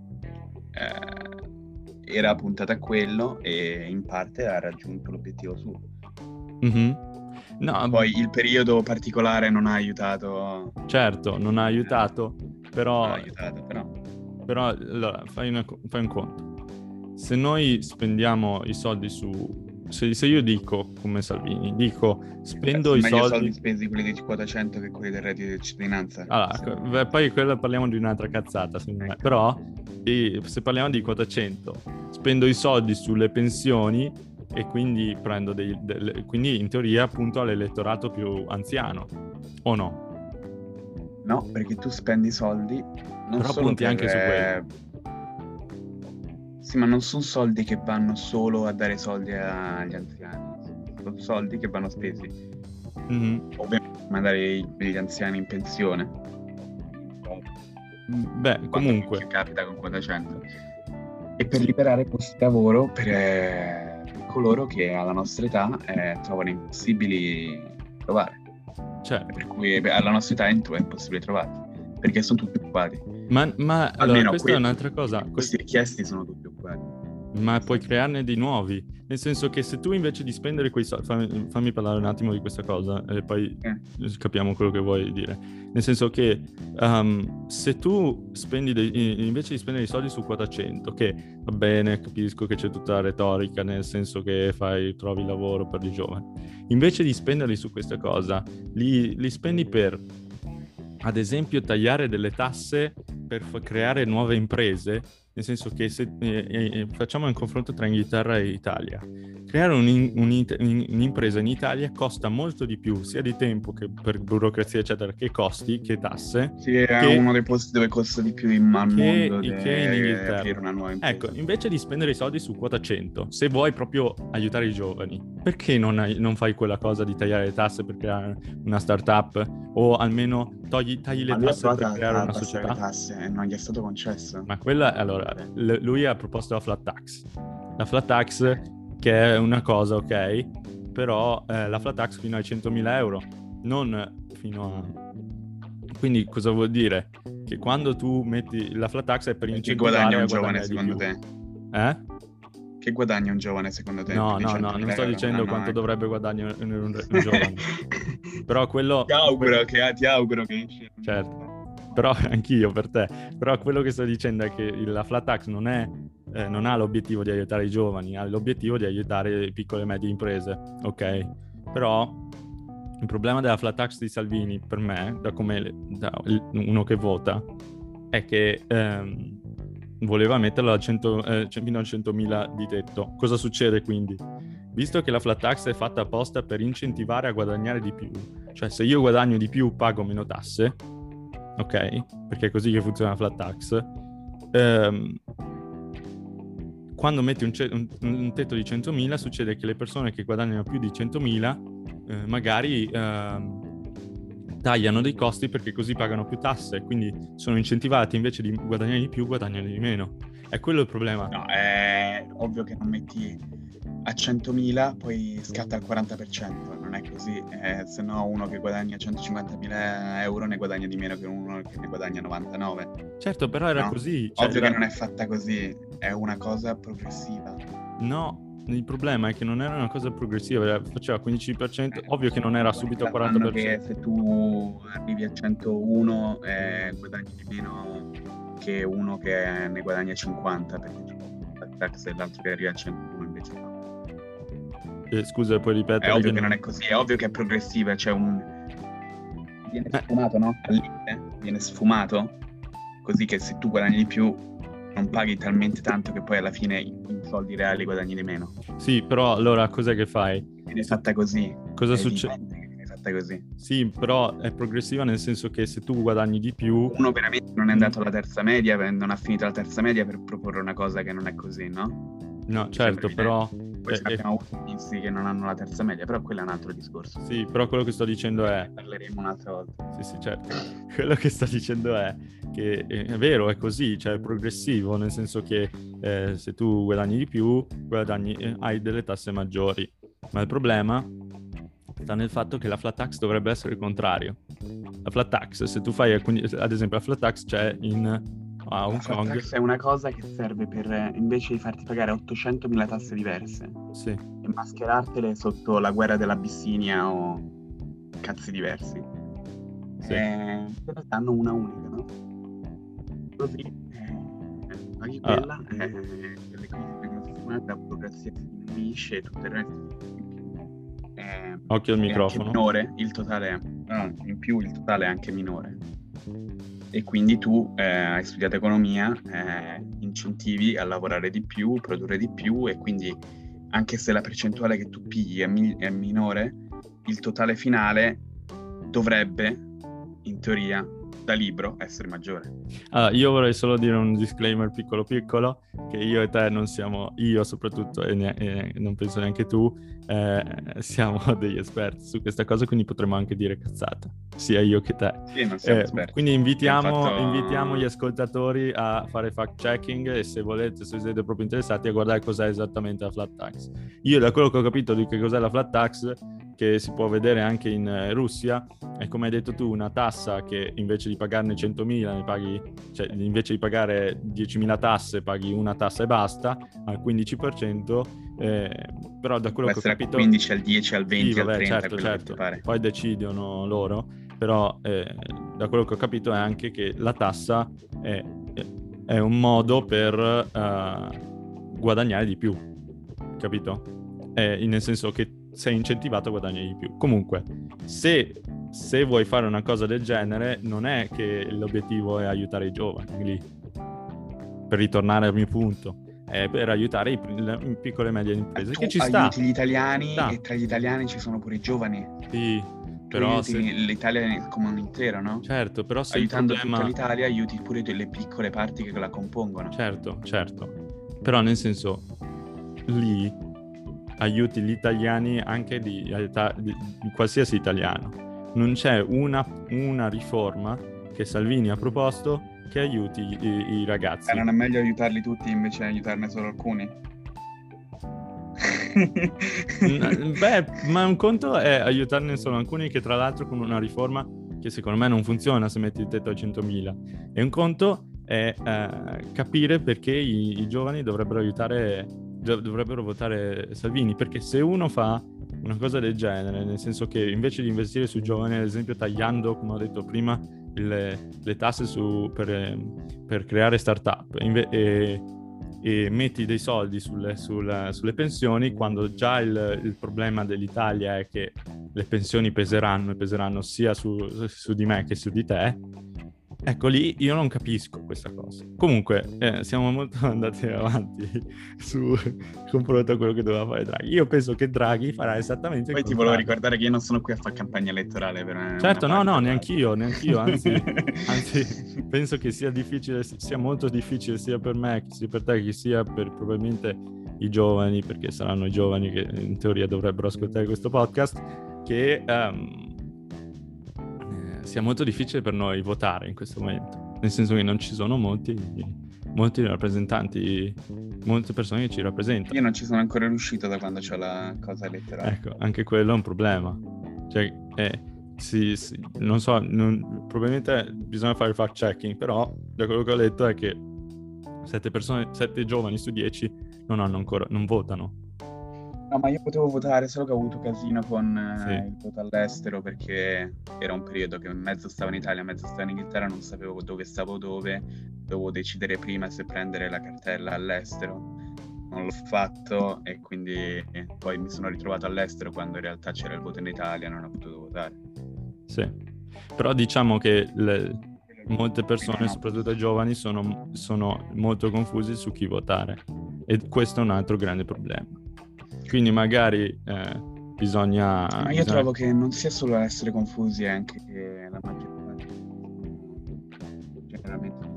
eh, era puntata a quello e in parte ha raggiunto l'obiettivo suo. Mhm. No, Poi il periodo particolare non ha aiutato. certo, non ha aiutato, Non però, ha aiutato, però. però allora, fai, una co- fai un conto. Se noi spendiamo i soldi su... Se, se io dico, come Salvini, dico spendo Sono i meglio soldi soldi... spesi quelli di quota cento che quelli del reddito di cittadinanza. Allora, co- beh, poi quello parliamo di un'altra cazzata, secondo me. Ecco. Però eh, se parliamo di quota cento, spendo i soldi sulle pensioni e quindi prendo dei... delle- quindi in teoria appunto all'elettorato più anziano, o no? No, perché tu spendi soldi non Però solo punti per... anche su quello. eh, Sì, ma non sono soldi che vanno solo a dare soldi agli anziani. Sono soldi che vanno spesi. Mhm. Ovviamente per mandare gli anziani in pensione. Beh, Quanto comunque, che capita con quota cento. E per liberare posti di lavoro per, eh, per coloro che alla nostra età eh, trovano impossibili trovare. certo. Per cui beh, alla nostra età è è impossibile trovarli. Perché sono tutti occupati. Ma, ma allora, Almeno questa è quelli- un'altra cosa. I Que- posti richiesti sono tutti occupati. Ma puoi crearne di nuovi, nel senso che se tu invece di spendere quei soldi, fammi, fammi parlare un attimo di questa cosa e poi Eh. capiamo quello che vuoi dire, nel senso che um, se tu spendi dei, invece di spendere i soldi su quota cento, che va bene, capisco che c'è tutta la retorica, nel senso che fai, trovi lavoro per i giovani, invece di spenderli su questa cosa, li, li spendi per, ad esempio, tagliare delle tasse per fa- creare nuove imprese. Nel senso che se eh, eh, facciamo un confronto tra Inghilterra e Italia, creare un, un, un'impresa in Italia costa molto di più, sia di tempo che per burocrazia, eccetera, che costi, che tasse. Sì, è che, uno dei posti dove costa di più in, al che, mondo che de- in aprire Inghilterra. una nuova impresa. Ecco, invece di spendere i soldi su quota cento, se vuoi proprio aiutare i giovani, perché non, hai, non fai quella cosa di tagliare le tasse per creare una startup? O almeno togli, tagli le Ma lui ha tasse per provato creare a una abbassare le società? tasse e non gli è stato concesso. Ma quella, allora, l- lui ha proposto la flat tax. La flat tax, che è una cosa, ok, però eh, la flat tax fino ai centomila euro, non fino a... Quindi cosa vuol dire? Che quando tu metti la flat tax è per Che incentivare guadagna a un giovane guadagnare di secondo più. te? Eh? Che guadagna un giovane secondo te? No, Più di no, no, non centomila sto euro? dicendo Ah, no, quanto ecco. dovrebbe guadagnare un, un- un giovane. Però quello... Ti auguro che, ti auguro che esci. Certo, però anch'io per te. Però quello che sto dicendo è che la flat tax non è, eh, non ha l'obiettivo di aiutare i giovani, ha l'obiettivo di aiutare le piccole e medie imprese, ok? Però il problema della flat tax di Salvini, per me, da come le- da uno che vota, è che ehm, voleva metterla a cento, eh, fino a centomila di tetto. Cosa succede quindi? Visto che la flat tax è fatta apposta per incentivare a guadagnare di più, cioè se io guadagno di più pago meno tasse, ok? Perché è così che funziona la flat tax. Ehm, quando metti un, ce- un- un tetto di centomila succede che le persone che guadagnano più di centomila eh, magari ehm, tagliano dei costi perché così pagano più tasse, quindi sono incentivati invece di guadagnare di più, guadagnano di meno. È quello il problema. No, è ovvio che non metti a centomila, poi scatta il quaranta per cento, non è così, eh, se no uno che guadagna centocinquantamila euro ne guadagna di meno che uno che ne guadagna novantanove. Certo, però era No? così. Cioè, Ovvio era... che non è fatta così, è una cosa progressiva. No, il problema è che non era una cosa progressiva, era- faceva quindici per cento, Eh, ovvio che non era subito la quaranta fanno per cento. che se tu arrivi a centouno eh, guadagni di meno che uno che ne guadagna cinquanta, perché c'è la tax e l'altro che arriva a centouno invece no. Eh, scusa, puoi È ripetere? ovvio Io che non- non è così, è ovvio che è progressiva, c'è un... viene Eh. sfumato, no? Al limite, viene sfumato, così che se tu guadagni di più non paghi talmente tanto che poi alla fine in soldi reali guadagni di meno. Sì, però allora cos'è che fai? Viene fatta così. Cosa è succede? evidente che viene fatta così. Sì, però è progressiva nel senso che se tu guadagni di più... Uno veramente non è andato alla terza media, non ha finito la terza media per proporre una cosa che non è così, no? No, certo, però... Poi eh, ce ne eh, abbiamo avuti inizi che non hanno la terza media, però quello è un altro discorso. sì, però quello che sto dicendo è... Ne parleremo un'altra volta. Sì, sì, certo. Quello che sto dicendo è che eh, è vero, è così, cioè è progressivo, nel senso che eh, se tu guadagni di più, guadagni, eh, hai delle tasse maggiori. Ma il problema sta nel fatto che la flat tax dovrebbe essere il contrario. La flat tax, se tu fai, quindi, ad esempio, la flat tax c'è in a Hong La flat Kong. tax è una cosa che serve per, invece di farti pagare ottocentomila tasse diverse, Sì, e mascherartele sotto la guerra dell'Abissinia o cazzi diversi. sì. Eh, te ne danno una unica, no? Così eh, paghi Ah, quella, eh, le cose vengono sistemate, la burocrazia si diminuisce e tutto il resto. Eh, occhio al è anche microfono. minore, il totale è, no, in più il totale è anche minore. E quindi tu eh, hai studiato economia, eh, incentivi a lavorare di più, produrre di più, e quindi anche se la percentuale che tu pigli è, mi- è minore, il totale finale dovrebbe, in teoria, da libro, essere maggiore. Ah, io vorrei solo dire un disclaimer piccolo piccolo, che io e te non siamo, io soprattutto, e, ne- e non penso neanche tu, eh, siamo degli esperti su questa cosa, quindi potremmo anche dire cazzata, sia io che te. Sì, non siamo Eh, esperti. quindi invitiamo, Abbiamo fatto- invitiamo gli ascoltatori a fare fact checking, e se volete, se siete proprio interessati, a guardare cos'è esattamente la flat tax. Io, da quello che ho capito di che cos'è la flat tax, che si può vedere anche in eh, Russia, è, come hai detto tu, una tassa che invece di pagarne centomila ne paghi, cioè invece di pagare diecimila tasse paghi una tassa e basta, al quindici per cento, eh, però da quello Può che ho essere capito... al quindici, al dieci, al venti, Sì, al vabbè, trenta, certo, quello che certo, ti pare. poi decidono loro, però eh, da quello che ho capito è anche che la tassa è, è un modo per uh, guadagnare di più, capito? È, nel senso che sei incentivato a guadagnare di più. Comunque, se, se vuoi fare una cosa del genere, non è che l'obiettivo è aiutare i giovani, lì, per ritornare al mio punto, è per aiutare i, le piccole e medie imprese, Tu che ci aiuti sta. gli italiani, sta. e tra gli italiani ci sono pure i giovani. Sì, Tu però aiuti se... l'Italia come un intero, no? Certo, però se il Aiutando problema... tutta l'Italia aiuti pure le piccole parti che la compongono. Certo, certo. Però nel senso, lì aiuti gli italiani anche di, di, di qualsiasi italiano. Non c'è una, una riforma che Salvini ha proposto che aiuti i, i ragazzi. E non è meglio aiutarli tutti invece di aiutarne solo alcuni? Beh, ma un conto è aiutarne solo alcuni, che tra l'altro con una riforma che secondo me non funziona se metti il tetto a centomila. E un conto è eh, capire perché i, i giovani dovrebbero aiutare, dovrebbero votare Salvini, perché se uno fa una cosa del genere, nel senso che invece di investire sui giovani, ad esempio tagliando, come ho detto prima, le, le tasse su, per, per creare start-up, inve- e, e metti dei soldi sulle, sulle, sulle pensioni, quando già il, il problema dell'Italia è che le pensioni peseranno e peseranno sia su, su di me che su di te, ecco lì io non capisco questa cosa. Comunque eh, siamo molto andati avanti su confronto a quello che doveva fare Draghi. Io penso che Draghi farà esattamente il Poi ti volevo ricordare che io non sono qui a fare campagna elettorale per una, certo, una no, no, parte, neanch'io, neanch'io, anzi, anzi, penso che sia difficile, sia molto difficile sia per me, sia per te, che sia per probabilmente i giovani, perché saranno i giovani che in teoria dovrebbero ascoltare questo podcast, che um, eh, sia molto difficile per noi votare in questo momento, nel senso che non ci sono molti, molti rappresentanti, molte persone che ci rappresentano. Io non ci sono ancora riuscito da quando c'ho la cosa elettorale. Ecco, anche quello è un problema. Cioè, eh, sì, sì, non so, non, probabilmente bisogna fare il fact checking, però da quello che ho letto è che sette persone, sette giovani su dieci non hanno ancora, non votano. No, ma io potevo votare, solo che ho avuto casino con Sì. eh, il voto all'estero, perché era un periodo che mezzo stavo in Italia, mezzo stavo in Inghilterra, non sapevo dove stavo dove, dovevo decidere prima se prendere la cartella all'estero. Non l'ho fatto e quindi poi mi sono ritrovato all'estero quando in realtà c'era il voto in Italia, non ho potuto votare. Sì, però diciamo che le, molte persone, no, no. soprattutto i giovani, sono, sono molto confusi su chi votare, e questo è un altro grande problema. Quindi magari eh, bisogna... Ma io bisogna... trovo che non sia solo essere confusi, è anche che la maggior parte generalmente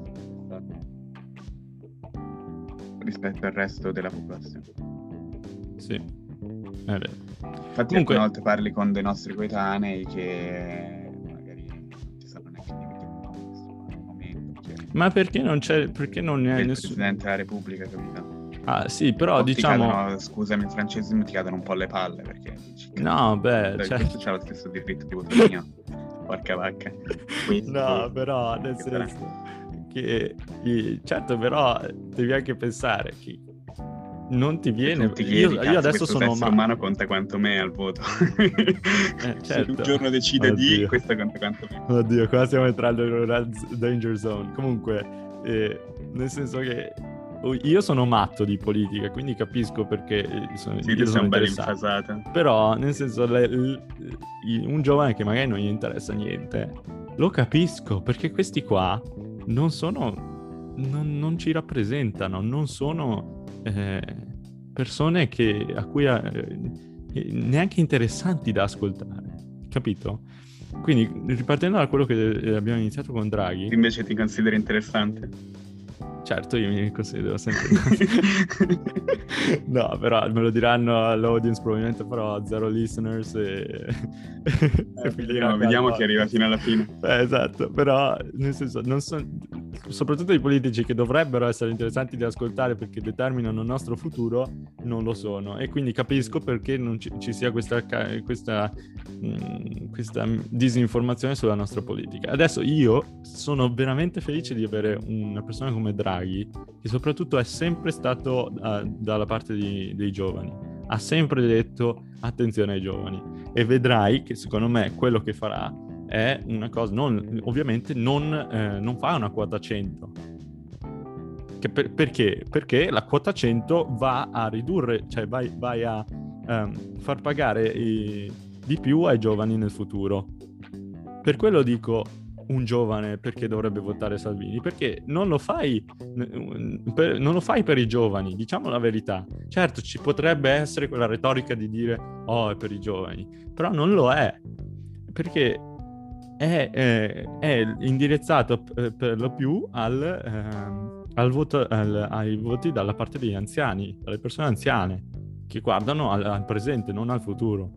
rispetto al resto della popolazione. Sì, è vero. Infatti Comunque... alcune volte parli con dei nostri coetanei che magari non ci sanno neanche dire che in questo momento. Cioè, ma perché non c'è, perché non è il nessuno... Presidente della Repubblica, capito? Ah sì, però o diciamo... ti cadono, scusami il francesismo, ti cadono un po' le palle, perché dici, no, beh, questo certo. c'ha lo stesso diritto di voto mio. Porca vacca. Questo, no, però nel senso, che eh, certo, però devi anche pensare che non ti viene. Ti chiedi, io, cazzo, io adesso questo sono essere ma... umano conta quanto me al voto. eh, Se certo. un giorno decide Oddio. di, questo conta quanto me. Oddio, qua stiamo entrando in una danger zone. Comunque, eh, nel senso che io sono matto di politica, quindi capisco perché sono, Sì, io tu sei sono un bel interessato. infasato. Però, nel senso, le, le, un giovane che magari non gli interessa niente, lo capisco, perché questi qua non sono, non, non ci rappresentano, non sono eh, persone che, a cui eh, neanche interessanti da ascoltare, capito? Quindi, ripartendo da quello che abbiamo iniziato con Draghi... Invece ti consideri interessante? Certo, io mi considero sempre... No, però me lo diranno all'audience, probabilmente farò zero listeners e... eh, e vediamo, vediamo chi arriva fino alla fine. Eh, esatto, però nel senso, non so... soprattutto i politici che dovrebbero essere interessanti da ascoltare perché determinano il nostro futuro, non lo sono. E quindi capisco perché non ci, ci sia questa, questa, mh, questa disinformazione sulla nostra politica. Adesso io sono veramente felice di avere una persona come Draghi, che soprattutto è sempre stato uh, dalla parte di, dei giovani. Ha sempre detto attenzione ai giovani. E vedrai che secondo me quello che farà è una cosa, non, ovviamente non, eh, non fa una quota cento. Che per, perché? Perché la quota cento va a ridurre, cioè vai, vai a um, far pagare i, di più ai giovani nel futuro. Per quello dico un giovane perché dovrebbe votare Salvini, perché non lo fai per, non lo fai per i giovani, diciamo la verità. Certo, ci potrebbe essere quella retorica di dire oh, è per i giovani, però non lo è, perché È, è, è indirizzato per, per lo più al, ehm, al voto, al, ai voti dalla parte degli anziani, dalle persone anziane, che guardano al, al presente, non al futuro.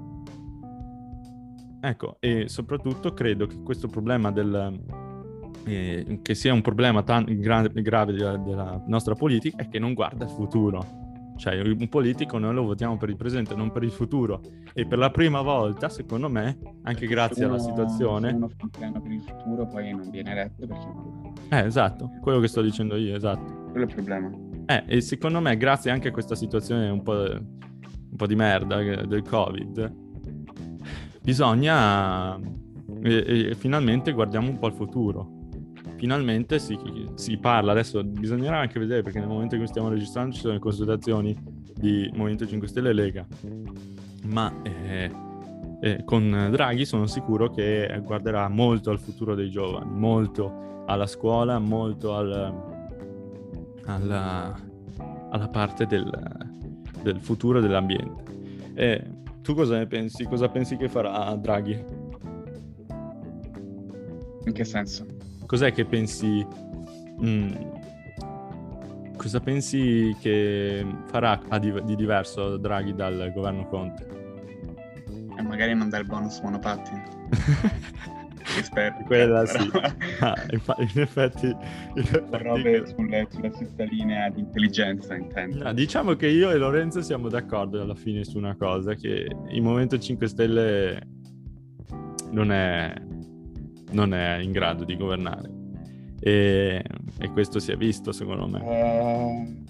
Ecco, e soprattutto credo che questo problema del... Eh, che sia un problema tan- gra- grave della, della nostra politica è che non guarda il futuro. Cioè, un politico noi lo votiamo per il presente, non per il futuro. E per la prima volta, secondo me, anche perché grazie uno, alla situazione... Se uno fa un piano per il futuro, poi non viene eletto perché non... Eh, esatto, quello che sto dicendo io, esatto. Quello è il problema. Eh, e secondo me, grazie anche a questa situazione un po', un po' di merda del Covid, bisogna... E, e finalmente guardiamo un po' il futuro. Finalmente si, si parla, adesso bisognerà anche vedere perché nel momento in cui stiamo registrando ci sono le consultazioni di Movimento cinque Stelle e Lega, ma eh, eh, con Draghi sono sicuro che guarderà molto al futuro dei giovani, molto alla scuola, molto al, alla, alla parte del, del futuro dell'ambiente. E tu cosa ne pensi? Cosa pensi che farà Draghi? In che senso? Cos'è che pensi... Mm, cosa pensi che farà di, di diverso Draghi dal governo Conte? E magari non dà il bonus monopattini. Spero. Quella però... sì. Ah, in, in effetti... In effetti robe che... sulle, sulla stessa linea di intelligenza, intendo. No, diciamo che io e Lorenzo siamo d'accordo alla fine su una cosa, che il Movimento cinque Stelle non è... non è in grado di governare e, e questo si è visto secondo me. Uh...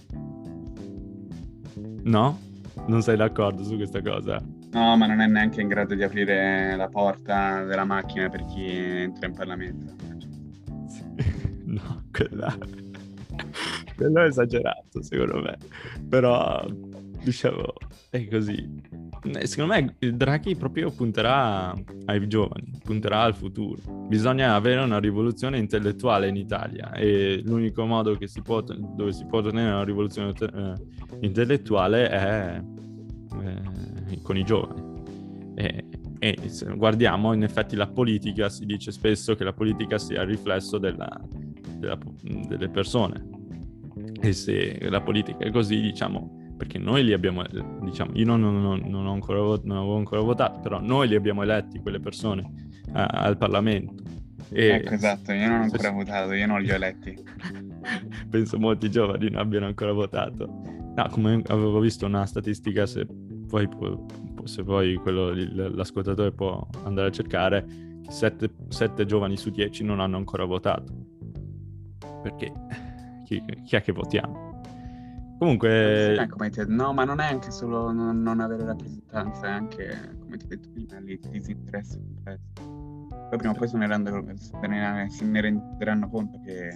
No? Non sei d'accordo su questa cosa? No, ma non è neanche in grado di aprire la porta della macchina per chi entra in Parlamento. Sì. No, quella... quello è esagerato secondo me, però diciamo è così. Secondo me Draghi proprio punterà ai giovani, punterà al futuro. Bisogna avere una rivoluzione intellettuale in Italia e l'unico modo che si può, dove si può ottenere una rivoluzione eh, intellettuale è eh, con i giovani. E, e se guardiamo, in effetti la politica, si dice spesso che la politica sia il riflesso della, della, delle persone. E se la politica è così, diciamo... perché noi li abbiamo, diciamo, io non, non, non, ho ancora, non avevo ancora votato, però noi li abbiamo eletti, quelle persone, uh, al Parlamento. E ecco, esatto, io non ho ancora se... votato, io non li ho eletti. Penso molti giovani non abbiano ancora votato. No, come avevo visto una statistica, se poi, se poi quello, l'ascoltatore può andare a cercare, sette, sette giovani su dieci non hanno ancora votato. perché chi, chi è che votiamo? Non Comunque... è come te- No, ma non è anche solo non, non avere rappresentanza, è anche, come ti ho detto prima, lì ti disinteressa completo. Poi prima o poi se ne, rendono- se ne, se ne renderanno conto che,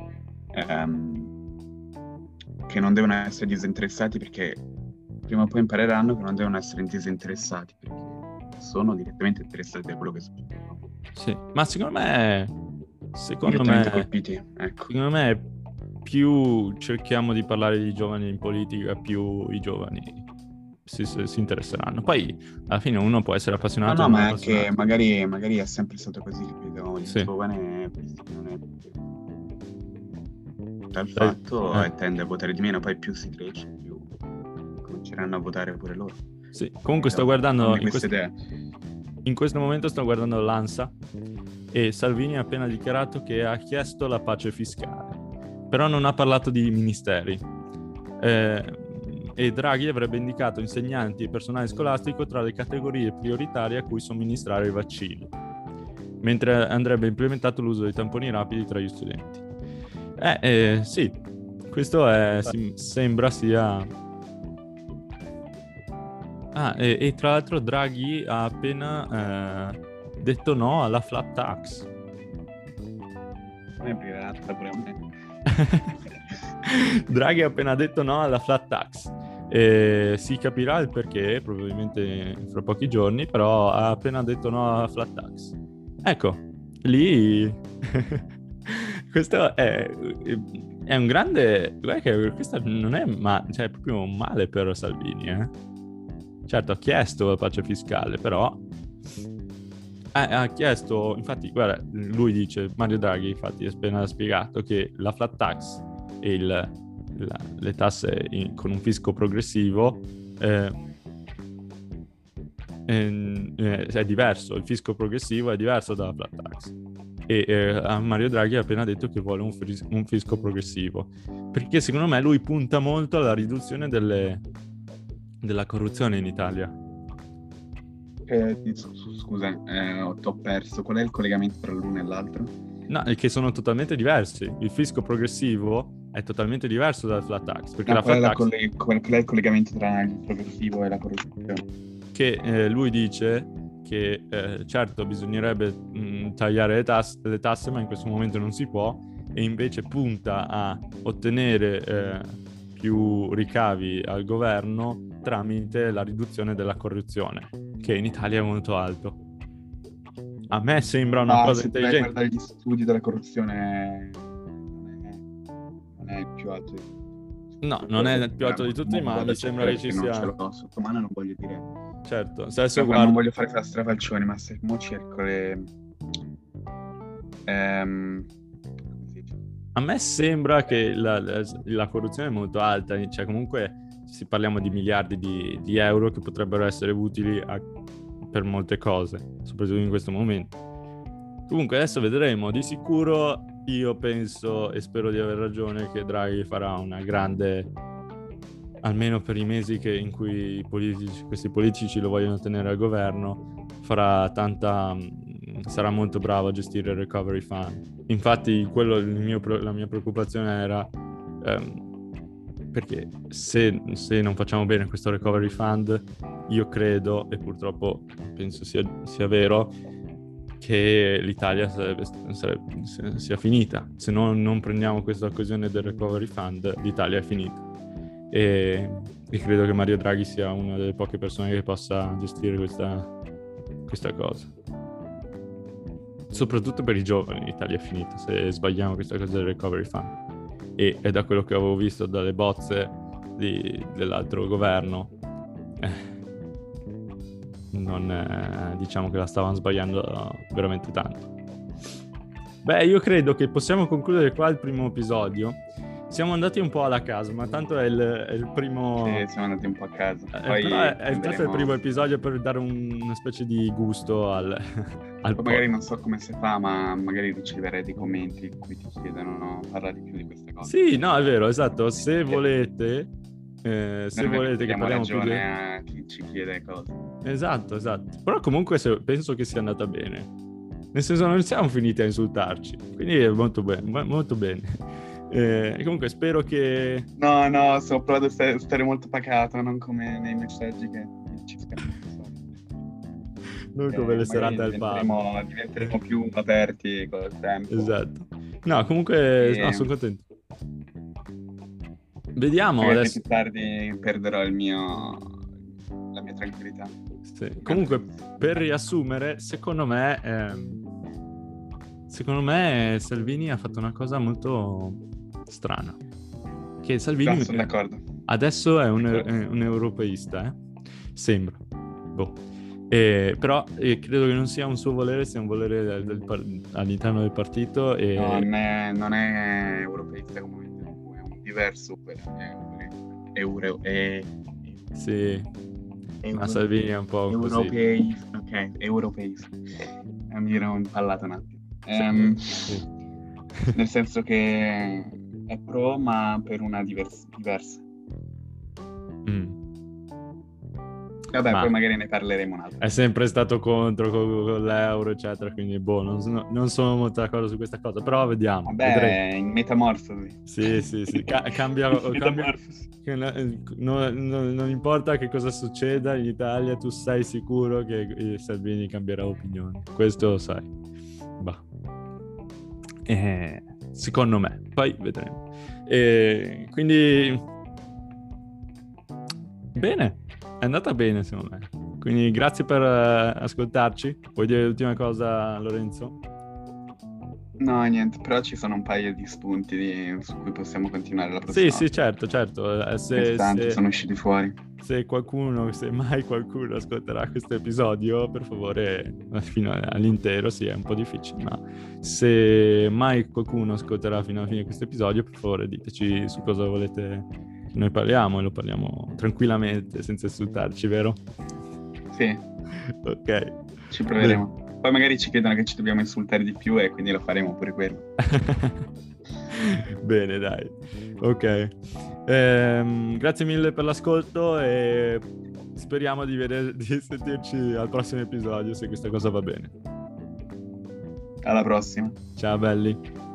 ehm, che non devono essere disinteressati, perché prima o poi impareranno che non devono essere disinteressati, perché sono direttamente interessati da quello che succede. Sì, ma secondo me, secondo Direttamente me, colpiti, ecco. secondo me più cerchiamo di parlare di giovani in politica, più i giovani si, si- si interesseranno. Poi alla fine uno può essere No, appassionato o no, non ma è anche, appassionato. magari, magari è sempre stato così, capito? Il Sì, giovane, visto che non è dal dai, fatto, eh, e tende a votare di meno, poi più si cresce, più cominceranno a votare pure loro. sì. Comunque sto Capito? Sono guardando, di in queste questo, idee. in questo momento sto guardando l'ANSA e Salvini ha appena dichiarato che ha chiesto la pace fiscale, però non ha parlato di ministeri. Eh, e Draghi avrebbe indicato insegnanti e personale scolastico tra le categorie prioritarie a cui somministrare i vaccini, mentre andrebbe implementato l'uso dei tamponi rapidi tra gli studenti. Eh, eh sì, questo è, si- sembra sia... Ah, e, e tra l'altro Draghi ha appena eh, detto no alla flat tax. Non è pirata pure a me. Draghi ha appena detto no alla flat tax. E si capirà il perché, probabilmente fra pochi giorni, però ha appena detto no alla flat tax. Ecco, lì... questo è, è un grande... Guarda che questo non è, ma... cioè, è proprio un male per Salvini, eh. Certo, ha chiesto la pace fiscale, però... Ha, ha chiesto, infatti, guarda, lui dice, Mario Draghi, infatti, ha appena spiegato che la flat tax e il, la, le tasse in, con un fisco progressivo eh, eh, è diverso, il fisco progressivo è diverso dalla flat tax. E eh, Mario Draghi ha appena detto che vuole un, fris- un fisco progressivo, perché secondo me lui punta molto alla riduzione delle, della corruzione in Italia. Eh, scusa, eh, ho, ho perso. Qual è il collegamento tra l'uno e l'altro? No, che sono totalmente diversi. Il fisco progressivo è totalmente diverso dal flat tax, perché No, la qual è, flat la tax coll- qual qual è il collegamento tra il progressivo e la corruzione? che eh, lui dice che eh, certo bisognerebbe mh, tagliare le tasse, le tasse, ma in questo momento non si può, e invece punta a ottenere eh, più ricavi al governo tramite la riduzione della corruzione, che in Italia è molto alto. A me sembra una Ma cosa se tu vai a intelligente. guardare gli studi della corruzione, non è, non è il più alto di tutti. No, non è il più alto di tutti, ma mi Vado a sembra cercare che ci perché non ce sia... l'ho sotto mano, non voglio dire. Certo, se adesso Stra- Non guardo... voglio fare fra strafalcioni, ma se mo cerco le. Ehm, come si dice? A me sembra che la, la- la corruzione è molto alta, cioè comunque si parliamo di miliardi di, di euro che potrebbero essere utili a- per molte cose, soprattutto in questo momento. Comunque adesso vedremo, di sicuro io penso e spero di aver ragione che Draghi farà una grande, almeno per i mesi che, in cui i politici, questi politici lo vogliono tenere al governo, farà tanta, mh, sarà molto bravo a gestire il recovery fund. Infatti quello, il mio, la mia preoccupazione era ehm, perché se, se non facciamo bene questo recovery fund, io credo, e purtroppo penso sia, sia vero, che l'Italia sarebbe, sarebbe, sia finita. Se non, non prendiamo questa occasione del recovery fund, l'Italia è finita. E, e credo che Mario Draghi sia una delle poche persone che possa gestire questa, questa cosa. Soprattutto per i giovani l'Italia è finita se sbagliamo questa cosa del recovery fund. E, e da quello che avevo visto dalle bozze di, dell'altro governo, eh, non, eh, diciamo che la stavano sbagliando veramente tanto. Beh, io credo che possiamo concludere qua il primo episodio. Siamo andati un po' alla casa, ma tanto è il, è il primo... Sì, siamo andati un po' a caso. Eh, Poi però è, è, prenderemo... questo è il primo episodio per dare un, una specie di gusto al, al Poi magari podcast. non so come si fa, ma magari riceverei dei commenti in cui ti chiedono no, parla di più di queste cose. Sì, no, è vero, esatto. Se volete, eh, se Noi volete che diamo parliamo più di... ragione a chi ci chiede cose. Esatto, esatto. Però comunque se, penso che sia andata bene. Nel senso non siamo finiti a insultarci. Quindi è molto bene, molto bene. E comunque spero che... No, no, sto provando a stare, stare molto pacato, non come nei messaggi che ci scappano. Non come Eh, le magari serate al pub. diventeremo, diventeremo più aperti col tempo. Esatto. No, comunque, no, E sono contento. Vediamo magari adesso. più tardi perderò il mio, la mia tranquillità. Sì. Comunque, per riassumere, secondo me, ehm, secondo me Salvini ha fatto una cosa molto strana. Che Salvini No, sono d'accordo. adesso è un, D'accordo. è un europeista, eh? Sembra. Boh. Eh, però eh, credo che non sia un suo volere, sia un volere del- del par- all'interno del partito. E... No, non è, non è europeista come tu, è un diverso, è un euro, è, Sì, è ma Salvini è un po' così. europeista, ok, europeista. Eh, mi ero impallato un attimo. Sì, Ehm, sì. Nel senso che è pro, ma per una divers- diversa. Mm. Vabbè, Ma poi magari ne parleremo un altro. è sempre stato contro con, con l'euro, eccetera, quindi boh, non sono, non sono molto d'accordo su questa cosa, però vediamo, vedremo. Vabbè, in metamorfosi. Sì, sì, sì, Ca- cambia, cambia- Metamorfosi. che no- non, non- non importa che cosa succeda in Italia, tu sei sicuro che eh, Salvini cambierà opinione, questo lo sai. Bah. Eh, secondo me, poi vedremo. E quindi, bene, è andata bene secondo me. Quindi grazie per eh, ascoltarci. Vuoi dire l'ultima cosa, Lorenzo? No, niente, però ci sono un paio di spunti di- su cui possiamo continuare la Sì, prossima sì, volta. certo, certo. Eh, Se, Interessanti, se- sono usciti fuori. se qualcuno, se mai qualcuno ascolterà questo episodio, per favore, fino all'intero, sì, è un po' difficile, ma se mai qualcuno ascolterà fino alla fine di questo episodio, per favore diteci su cosa volete che noi parliamo e lo parliamo tranquillamente, senza insultarci, vero? Sì, Ok. ci proveremo. Poi magari ci chiedono che ci dobbiamo insultare di più e quindi lo faremo pure quello. Bene, dai. Ok. Ehm, grazie mille per l'ascolto e speriamo di, vedere, di sentirci al prossimo episodio se questa cosa va bene. Alla prossima. Ciao belli.